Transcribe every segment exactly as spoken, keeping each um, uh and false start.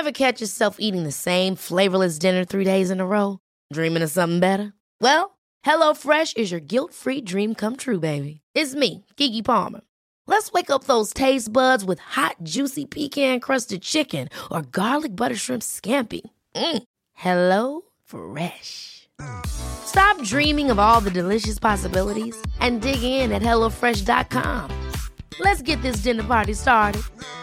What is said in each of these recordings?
Ever catch yourself eating the same flavorless dinner three days in a row? Dreaming of something better? Well, HelloFresh is your guilt-free dream come true, baby. It's me, Keke Palmer. Let's wake up those taste buds with hot, juicy pecan-crusted chicken or garlic butter shrimp scampi. Mm. Hello Fresh. Stop dreaming of all the delicious possibilities and dig in at hello fresh dot com. Let's get this dinner party started.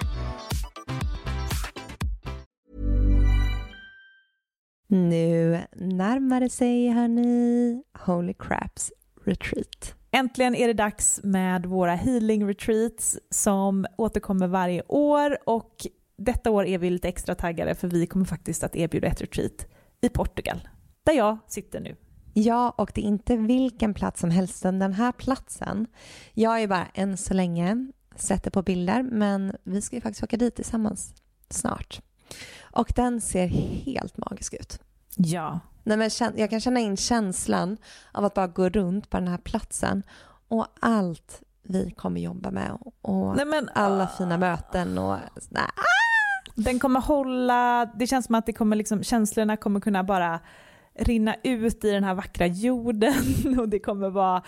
Nu närmar det sig, hörni, Holy Craps Retreat. Äntligen är det dags med våra healing retreats som återkommer varje år, och detta år är vi lite extra taggade för vi kommer faktiskt att erbjuda ett retreat i Portugal, där jag sitter nu. Ja, och det är inte vilken plats som helst. Den här platsen, jag är bara än så länge sätter på bilder, men vi ska ju faktiskt åka dit tillsammans snart. Och den ser helt magisk ut. Ja. Nej, men jag kan känna in känslan av att bara gå runt på den här platsen och allt vi kommer jobba med och Nej, men, alla uh, fina möten och nej. Den kommer hålla, det känns som att det kommer liksom, känslorna kommer kunna bara rinna ut i den här vackra jorden, och det kommer vara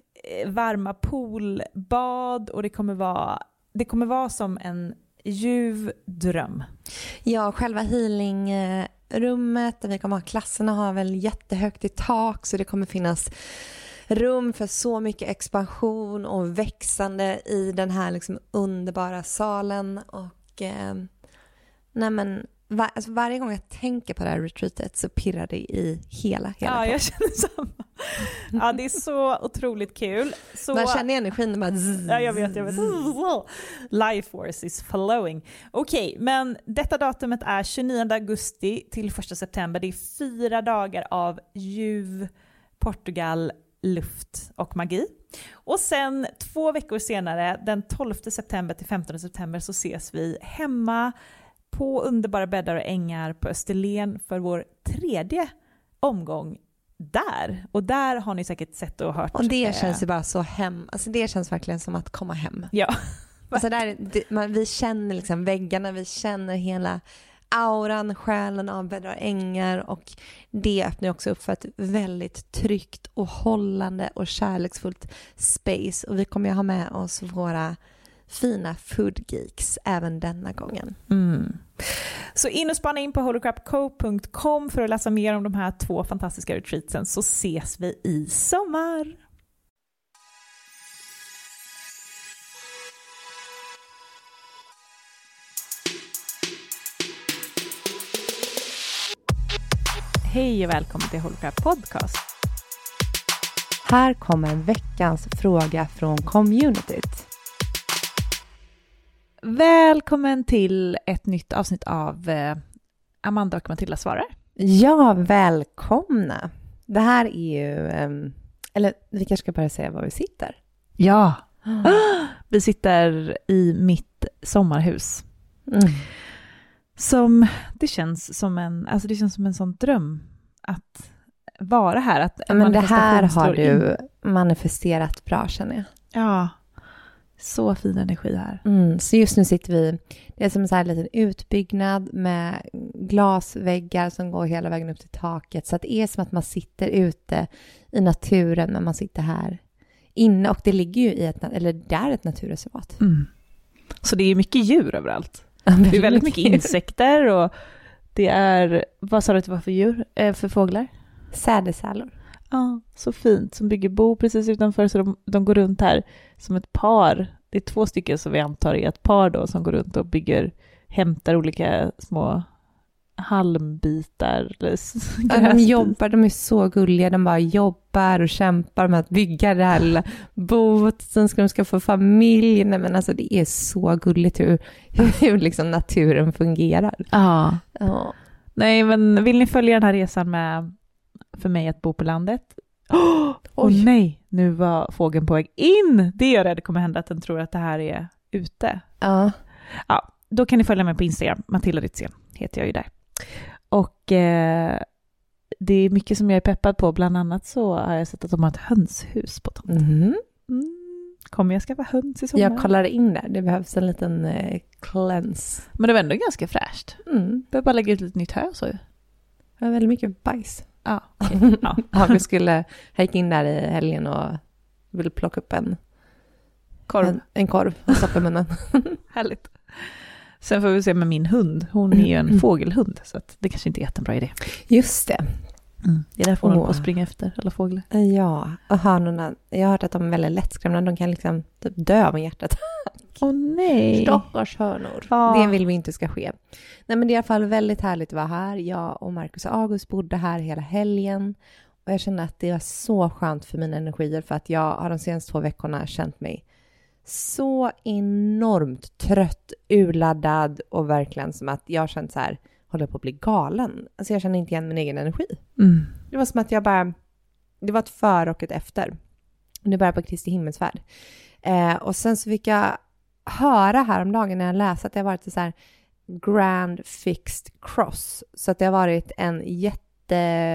varma poolbad, och det kommer vara det kommer vara som en ljuv dröm. Ja, själva healingrummet där vi kommer ha klasserna har väl jättehögt i tak, så det kommer finnas rum för så mycket expansion och växande i den här liksom underbara salen. Och eh, nej men var, alltså varje gång jag tänker på det här retreatet så pirrar det i hela hela Ja, jag känner samma. Ja, det är så otroligt kul. Så... Man känner energin bara zzz, ja, jag vet, jag vet. Life force is flowing. Okej, okay, men detta datumet är tjugonionde augusti till första september. Det är fyra dagar av ljuv, Portugal, luft och magi. Och sen två veckor senare, den tolfte september till femtonde september, så ses vi hemma på underbara bäddar och ängar på Österlen för vår tredje omgång där. Och där har ni säkert sett och hört. Och det känns ju bara så hem. Alltså det känns verkligen som att komma hem. Ja. Alltså där, det, man, vi känner liksom väggarna, vi känner hela auran, själen av bäddar och ängar, och det öppnar också upp för ett väldigt tryggt och hållande och kärleksfullt space. Och vi kommer ju ha med oss våra fina food geeks även denna gången. Mm. Så in och spana in på holy crap co punkt com för att läsa mer om de här två fantastiska retreatsen, så ses vi i sommar. Hej och välkommen till Holy Crap Podcast. Här kommer veckans fråga från communityt. Välkommen till ett nytt avsnitt av eh, Amanda och Matilda svarar. Ja, välkomna. Det här är ju, um, eller vi kanske ska börja säga var vi sitter. Ja, mm. Vi sitter i mitt sommarhus. Mm. Som, det känns som en, alltså det känns som en sån dröm att vara här. Att ja, men det här har du in. manifesterat bra, känner jag. Ja. Så fin energi här. Mm, så just nu sitter vi, det är som en så här liten utbyggnad med glasväggar som går hela vägen upp till taket. Så att det är som att man sitter ute i naturen när man sitter här inne. Och det ligger ju i ett, eller där ett naturreservat. Mm. Så det är mycket djur överallt. Ja, det är väldigt mycket insekter och det är, vad sa du att det var för djur, eh, för fåglar? Sädesärlor. Ja, så fint. Som bygger bo precis utanför, så de, de går runt här som ett par. Det är två stycken som vi antar är ett par då, som går runt och bygger, hämtar olika små halmbitar. Eller ja, de jobbar, de är så gulliga. De bara jobbar och kämpar med att bygga det här lilla boet. Sen ska de ska få familj. Nej, men alltså det är så gulligt hur, hur liksom naturen fungerar. Ja. ja. Nej, men vill ni följa den här resan med för mig att bo på landet? Åh oh, oh, nej, nu var fågeln på väg in. Det är jag rädd kommer hända, att den tror att det här är ute. Ja. Ja, då kan ni följa mig på Instagram. Matilda Ritzén heter jag ju där. Och eh, det är mycket som jag är peppad på. Bland annat så har jag sett att de har ett hönshus på tomten. Mm. Mm. Kommer jag skaffa höns i sommar? Jag kollar in där. Det behövs en liten eh, cleanse. Men det var ändå ganska fräscht. Mm. Behöver bara lägga ut lite nytt hö så ju. Jag har väldigt mycket bajs. Ja, okay. ja. Ja, vi skulle hejka in där i helgen och ville plocka upp en korv, en, en korv och stoppa i munnen. Härligt. Sen får vi se med min hund. Hon är ju en mm. fågelhund så att det kanske inte är jättebra idé. Just det. Mm. Det är därför hon oh. håller på att springa efter alla fåglar. Ja, och hönorna. Jag har hört att de är väldigt lättskrämda. De kan liksom typ dö med hjärtat. Åh oh, nej. Stackars hönor. Ja. Det vill vi inte ska ske. Nej, men det är i alla fall väldigt härligt att vara här. Jag och Marcus och August bodde här hela helgen. Och jag kände att det var så skönt för mina energier. För att jag har de senaste två veckorna känt mig så enormt trött, urladdad. Och verkligen som att jag har känt så här, håller på att bli galen. Alltså jag känner inte igen min egen energi. Mm. Det var som att jag bara, det var ett för och ett efter. Det började på Kristi himmelsfärd. Eh, och sen så fick jag höra häromdagen när jag läste att det har varit ett så här grand fixed cross. Så att det har varit en jätte,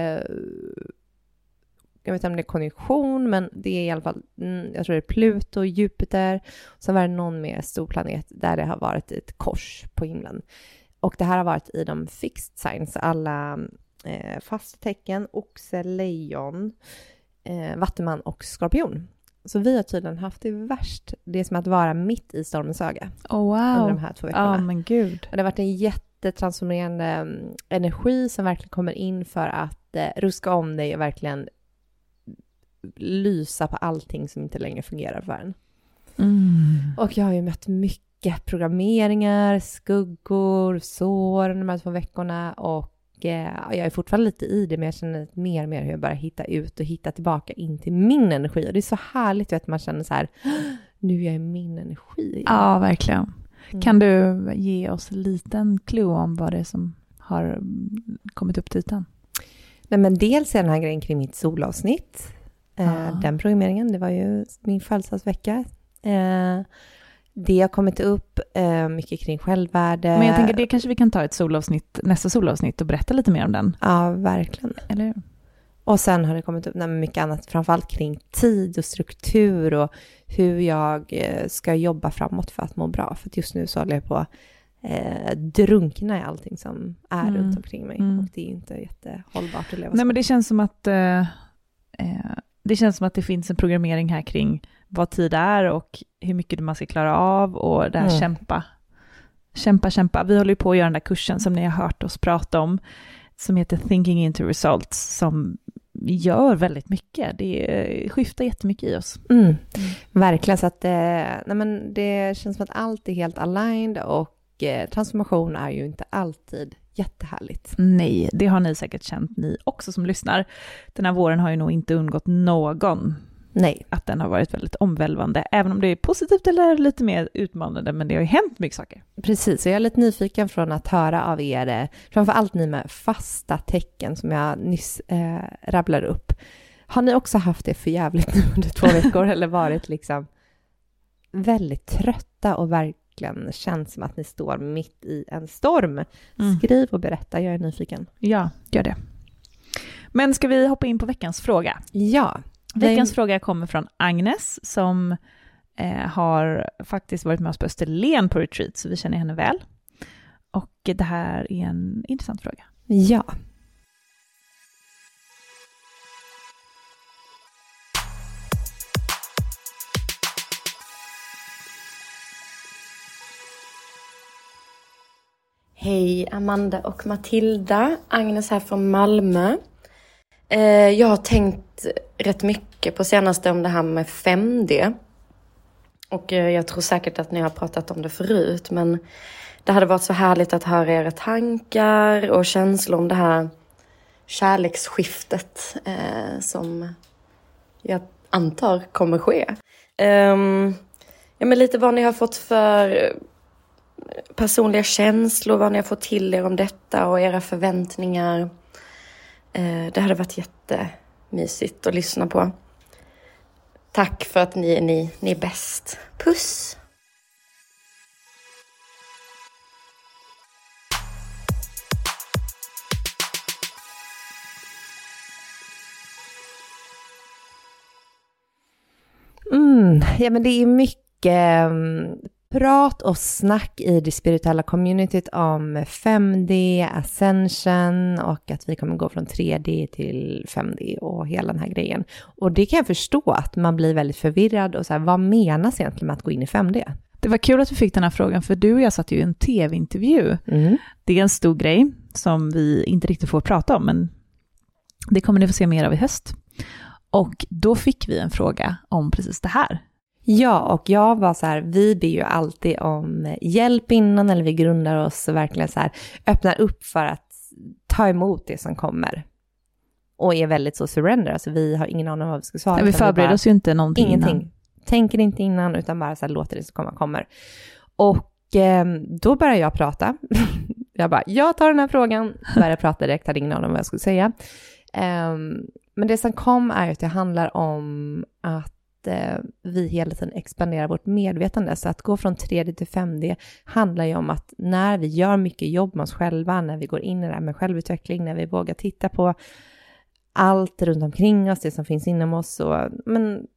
jag vet inte om det är konjunktion, men det är i alla fall, jag tror det är Pluto och Jupiter. Sen var det någon mer stor planet där det har varit ett kors på himlen. Och det här har varit i de fixed signs, alla eh, fasta tecken, oxe, lejon, eh, vattuman och skorpion. Så vi har tydligen haft det värst. Det är som att vara mitt i stormens öga. Oh, wow. Under de här två veckorna. Ja, oh, men gud. Och det har varit en jättetransformerande um, energi som verkligen kommer in för att eh, ruska om dig och verkligen lysa på allting som inte längre fungerar för en. Mm. Och jag har ju mött mycket programmeringar, skuggor, sår de här två veckorna och jag är fortfarande lite i det, men jag känner mer och mer hur jag bara hitta ut och hitta tillbaka in till min energi. Och det är så härligt att man känner så här, nu är jag i min energi igen. Ja, verkligen. Mm. Kan du ge oss en liten clue om vad det är som har kommit upp till ytan? Nej, men dels är den här grejen kring mitt solavsnitt. Eh, ja. Den programmeringen, det var ju min födelsedagsvecka. Eh, Det har kommit upp eh, mycket kring självvärde. Men jag tänker, det kanske vi kan ta ett solavsnitt, nästa solavsnitt och berätta lite mer om den. Ja, verkligen. Eller? Och sen har det kommit upp nej, mycket annat, framförallt kring tid och struktur och hur jag eh, ska jobba framåt för att må bra. För att just nu så håller jag på att eh, drunkna i allting som är mm. runt omkring mig. Mm. Och det är inte jättehållbart att leva så. Nej, men det känns som att eh, eh, det känns som att det finns en programmering här kring vad tid är och hur mycket man ska klara av och det här mm. kämpa. Kämpa, kämpa. Vi håller ju på att göra den där kursen som ni har hört oss prata om som heter Thinking into Results som gör väldigt mycket. Det skiftar jättemycket i oss. Mm. Mm. Verkligen så att nej men det känns som att allt är helt aligned och eh, transformation är ju inte alltid jättehärligt. Nej, det har ni säkert känt ni också som lyssnar. Den här våren har ju nog inte undgått någon. Nej. Att den har varit väldigt omvälvande. Även om det är positivt eller lite mer utmanande. Men det har ju hänt mycket saker. Precis, så jag är lite nyfiken från att höra av er. Framförallt ni med fasta tecken som jag nyss eh, rabblar upp. Har ni också haft det för jävligt nu under två veckor? Eller varit liksom väldigt trötta och verkligen känns som att ni står mitt i en storm? Mm. Skriv och berätta, jag är nyfiken. Ja, gör det. Men ska vi hoppa in på veckans fråga? Ja. Veckans Den... fråga kommer från Agnes som eh, har faktiskt varit med oss på Österlen på retreat, så vi känner henne väl. Och det här är en intressant fråga. Ja. Hej Amanda och Matilda, Agnes här från Malmö. Jag har tänkt rätt mycket på senaste om det här med fem D. Och jag tror säkert att ni har pratat om det förut. Men det hade varit så härligt att höra era tankar och känslor om det här kärleksskiftet eh, som jag antar kommer ske. Um, ja, men lite vad ni har fått för personliga känslor, vad ni har fått till er om detta och era förväntningar. Det hade varit jättemysigt att lyssna på. Tack för att ni är, ni, ni är bäst. Puss! Mm, ja, men det är mycket um, prat och snack i det spirituella communityt om fem D, ascension och att vi kommer gå från tre D till fem D och hela den här grejen. Och det kan jag förstå att man blir väldigt förvirrad och så här, vad menas egentligen med att gå in i fem D? Det var kul att vi fick den här frågan, för du och jag satt ju i en tv-intervju. Mm. Det är en stor grej som vi inte riktigt får prata om, men det kommer ni få se mer av i höst. Och då fick vi en fråga om precis det här. Ja, och jag var så här, vi ber ju alltid om hjälp innan, eller vi grundar oss och verkligen så här öppnar upp för att ta emot det som kommer. Och är väldigt så surrender, alltså vi har ingen aning om vad vi ska svara. Nej, vi förbereder oss ju inte någonting ingenting. Innan. Tänker inte innan, utan bara så här, låter det som komma kommer. Och eh, då börjar jag prata. jag bara, jag tar den här frågan. Börjar prata direkt, hade ingen aning om vad jag skulle säga. Um, men det som kom är att det handlar om att uh, vi hela tiden expanderar vårt medvetande. Så att gå från tre D till fem D handlar ju om att när vi gör mycket jobb med oss själva, när vi går in i det här med självutveckling, när vi vågar titta på allt runt omkring oss, det som finns inom oss. Och, men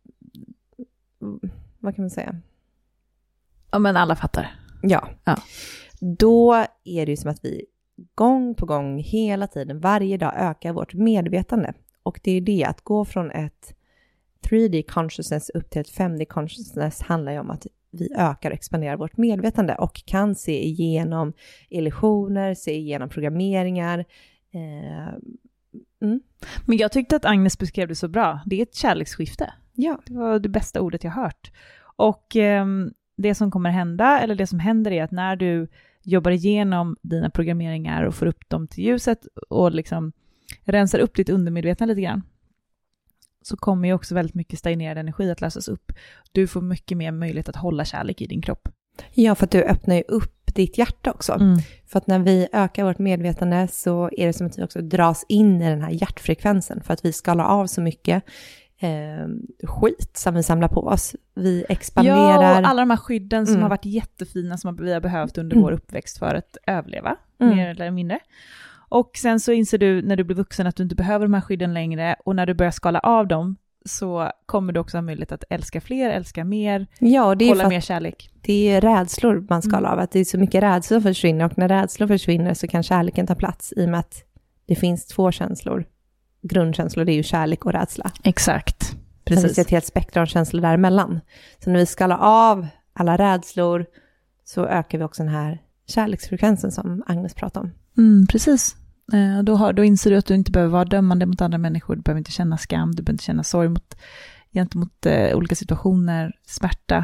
vad kan man säga? Ja, men alla fattar. Ja. ja. Då är det ju som att vi gång på gång, hela tiden, varje dag ökar vårt medvetande. Och det är det, att gå från ett tre D consciousness upp till ett fem D consciousness handlar ju om att vi ökar och expanderar vårt medvetande och kan se igenom illusioner, se igenom programmeringar. Eh, mm. Men jag tyckte att Agnes beskrev det så bra. Det är ett kärleksskifte. Ja. Det var det bästa ordet jag hört. Och eh, det som kommer hända, eller det som händer, är att när du jobbar igenom dina programmeringar och får upp dem till ljuset och liksom rensar upp ditt undermedvetna lite grann, så kommer ju också väldigt mycket stagnerad energi att lösas upp. Du får mycket mer möjlighet att hålla kärlek i din kropp. Ja, för att du öppnar ju upp ditt hjärta också. Mm. För att när vi ökar vårt medvetande så är det som att vi också dras in i den här hjärtfrekvensen. För att vi skalar av så mycket eh, skit som vi samlar på oss. Vi expanderar. Ja, och alla de här skydden som mm. har varit jättefina, som vi har behövt under mm. vår uppväxt för att överleva, mm. mer eller mindre. Och sen så inser du när du blir vuxen att du inte behöver de här skydden längre, och när du börjar skala av dem så kommer du också ha möjlighet att älska fler, älska mer, ja, och det är hålla mer kärlek. Det är rädslor man skalar mm. av, att det är så mycket rädslor som försvinner, och när rädslor försvinner så kan kärleken ta plats, i och med att det finns två känslor. Grundkänslor, det är ju kärlek och rädsla. Exakt. Precis. Det finns ett helt spektrum av känslor däremellan. Så när vi skalar av alla rädslor så ökar vi också den här kärleksfrekvensen som Agnes pratade om. Mm, precis. Eh, då, har, då inser du att du inte behöver vara dömande mot andra människor. Du behöver inte känna skam. Du behöver inte känna sorg mot, gentemot eh, olika situationer, smärta.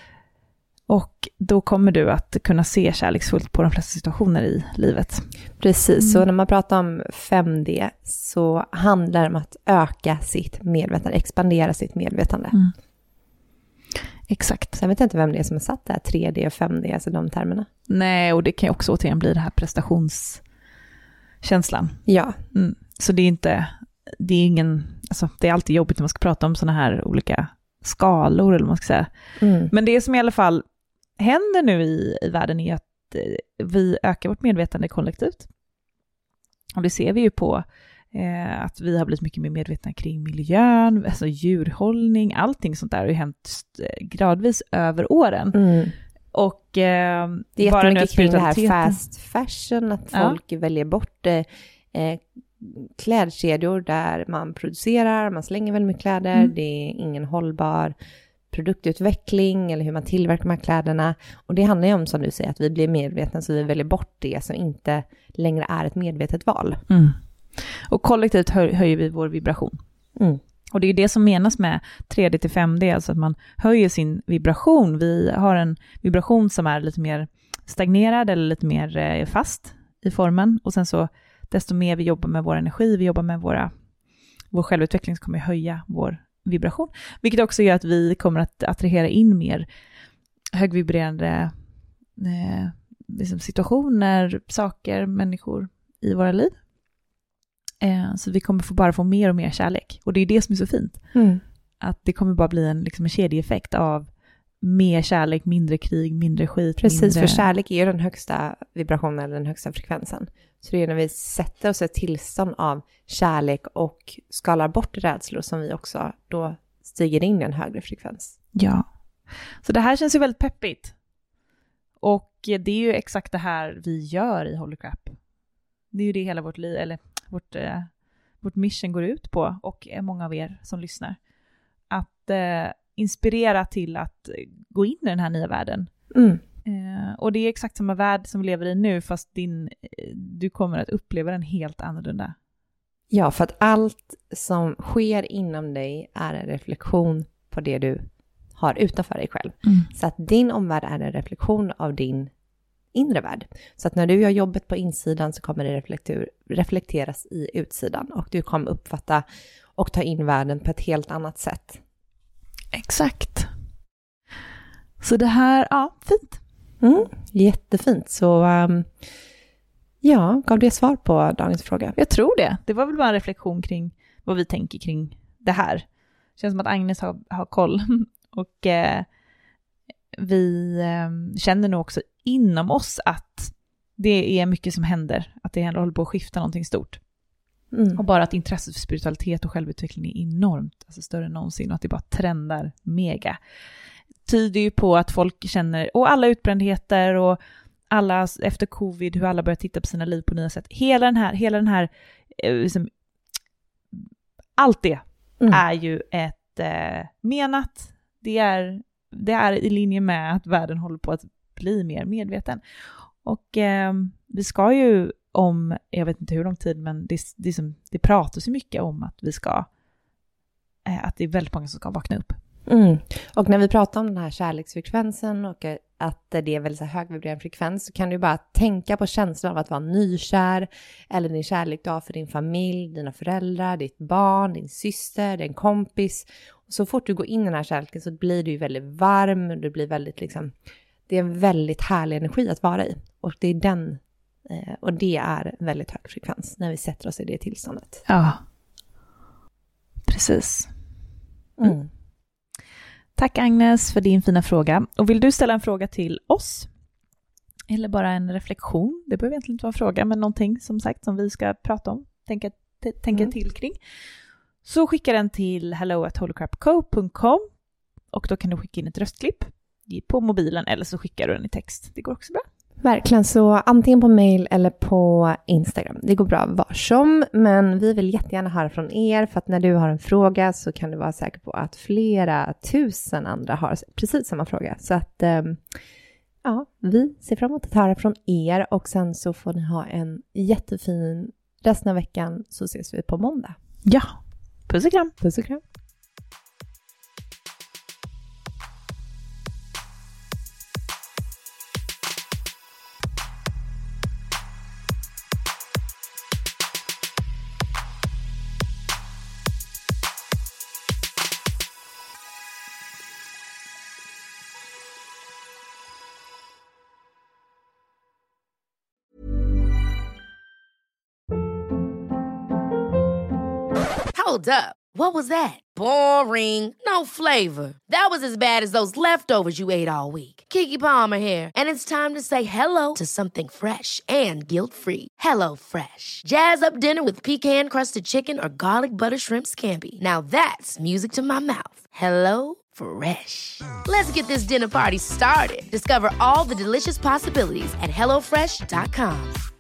Och då kommer du att kunna se kärleksfullt på de flesta situationer i livet. Precis, mm. så när man pratar om fem D så handlar det om att öka sitt medvetande, expandera sitt medvetande. Mm. Exakt. Så jag vet inte vem det är som har satt det här tre D och fem D, alltså de termerna. Nej, och det kan ju också återigen bli det här prestationskänslan. Ja. Mm. Så det är inte, det är ingen, alltså det är alltid jobbigt när man ska prata om såna här olika skalor, eller vad man ska säga. Mm. Men det som i alla fall händer nu i, i världen är att eh, vi ökar vårt medvetande kollektivt. Och det ser vi ju på eh, att vi har blivit mycket mer medvetna kring miljön, alltså djurhållning, allting sånt där har ju hänt gradvis över åren. Mm. Och eh, det är jättemycket kring det här fast fashion, att folk ja. väljer bort eh, klädkedjor där man producerar, man slänger väldigt mycket kläder, mm. det är ingen hållbar produktutveckling eller hur man tillverkar de här kläderna. Och det handlar ju om, som du säger, att vi blir medvetna, så vi väljer bort det som inte längre är ett medvetet val. Mm. Och kollektivt hö- höjer vi vår vibration. Mm. Och det är det som menas med tre D till fem D, alltså att man höjer sin vibration. Vi har en vibration som är lite mer stagnerad eller lite mer eh, fast i formen. Och sen så, desto mer vi jobbar med vår energi, vi jobbar med våra, vår självutveckling, så kommer vi höja vår vibration. Vilket också gör att vi kommer att attrahera in mer högvibrerande eh, liksom situationer, saker, människor i våra liv. Eh, så vi kommer få bara få mer och mer kärlek. Och det är det som är så fint. Mm. Att det kommer bara bli en, liksom en kedjeeffekt av mer kärlek, mindre krig, mindre skit. Precis, mindre... för kärlek är ju den högsta vibrationen eller den högsta frekvensen. Så det är när vi sätter oss ett tillstånd av kärlek och skalar bort rädslor som vi också då stiger in i en högre frekvens. Ja, Så det här känns ju väldigt peppigt. Och det är ju exakt det här vi gör i Holy Crap. Det är ju det hela vårt liv, eller vårt, eh, vårt mission går ut på, och många av er som lyssnar. Att eh, inspirera till att gå in i den här nya världen. Mm. Eh, och det är exakt samma värld som vi lever i nu, fast din, du kommer att uppleva den helt annorlunda. Ja, för att allt som sker inom dig är en reflektion på det du har utanför dig själv. Mm. Så att din omvärld är en reflektion av din inre värld. Så att när du gör jobbet på insidan så kommer det reflekteras i utsidan. Och du kommer uppfatta och ta in världen på ett helt annat sätt. Exakt. Så det här, ja, fint. Mm, jättefint. Så um, ja, gav det svar på dagens fråga? Jag tror det. Det var väl bara en reflektion kring vad vi tänker kring det här. Det känns som att Agnes har, har koll. Och eh, vi eh, känner nog också inom oss att det är mycket som händer. Att det håller på att skifta någonting stort. Mm. Och bara att intresset för spiritualitet och självutveckling är enormt, alltså större än någonsin, och att det bara trendar mega. Tyder ju på att folk känner, och alla utbrändheter och alla efter covid, hur alla börjar titta på sina liv på nya sätt. Hela den här, hela den här eh, liksom, allt det mm. är ju ett eh, menat, det är, det är i linje med att världen håller på att bli mer medveten. Och eh, vi ska ju om, jag vet inte hur lång tid, men det, det, som, det pratas ju mycket om att vi ska, eh, att det är väldigt många som ska vakna upp. Mm. Och när vi pratar om den här kärleksfrekvensen och att det är väldigt så högvibrerande frekvens, så kan du bara tänka på känslan av att vara nykär, eller din kärlek du har för din familj, dina föräldrar, ditt barn, din syster, din kompis. Och så fort du går in i den här kärleken så blir du ju väldigt varm, du blir väldigt liksom, det är en väldigt härlig energi att vara i. Och det är den, och det är väldigt hög frekvens när vi sätter oss i det tillståndet. Ja, precis. Mm. Mm. Tack Agnes för din fina fråga. Och vill du ställa en fråga till oss, eller bara en reflektion, det behöver egentligen inte vara en fråga, men någonting som sagt som vi ska prata om, tänka, t- tänka mm. till kring, så skicka den till hello at holycrapco dot com, och då kan du skicka in ett röstklipp på mobilen, eller så skickar du den i text. Det går också bra. Verkligen, så antingen på mail eller på Instagram. Det går bra var som, men vi vill jättegärna höra från er, för att när du har en fråga så kan du vara säker på att flera tusen andra har precis samma fråga. Så att ja, vi ser fram emot att höra från er, och sen så får ni ha en jättefin resten av veckan, så ses vi på måndag. Ja, puss och kram. Puss och kram. Hold up. What was that? Boring. No flavor. That was as bad as those leftovers you ate all week. Keke Palmer here, and it's time to say hello to something fresh and guilt-free. Hello Fresh. Jazz up dinner with pecan-crusted chicken or garlic butter shrimp scampi. Now that's music to my mouth. Hello Fresh. Let's get this dinner party started. Discover all the delicious possibilities at hello fresh dot com.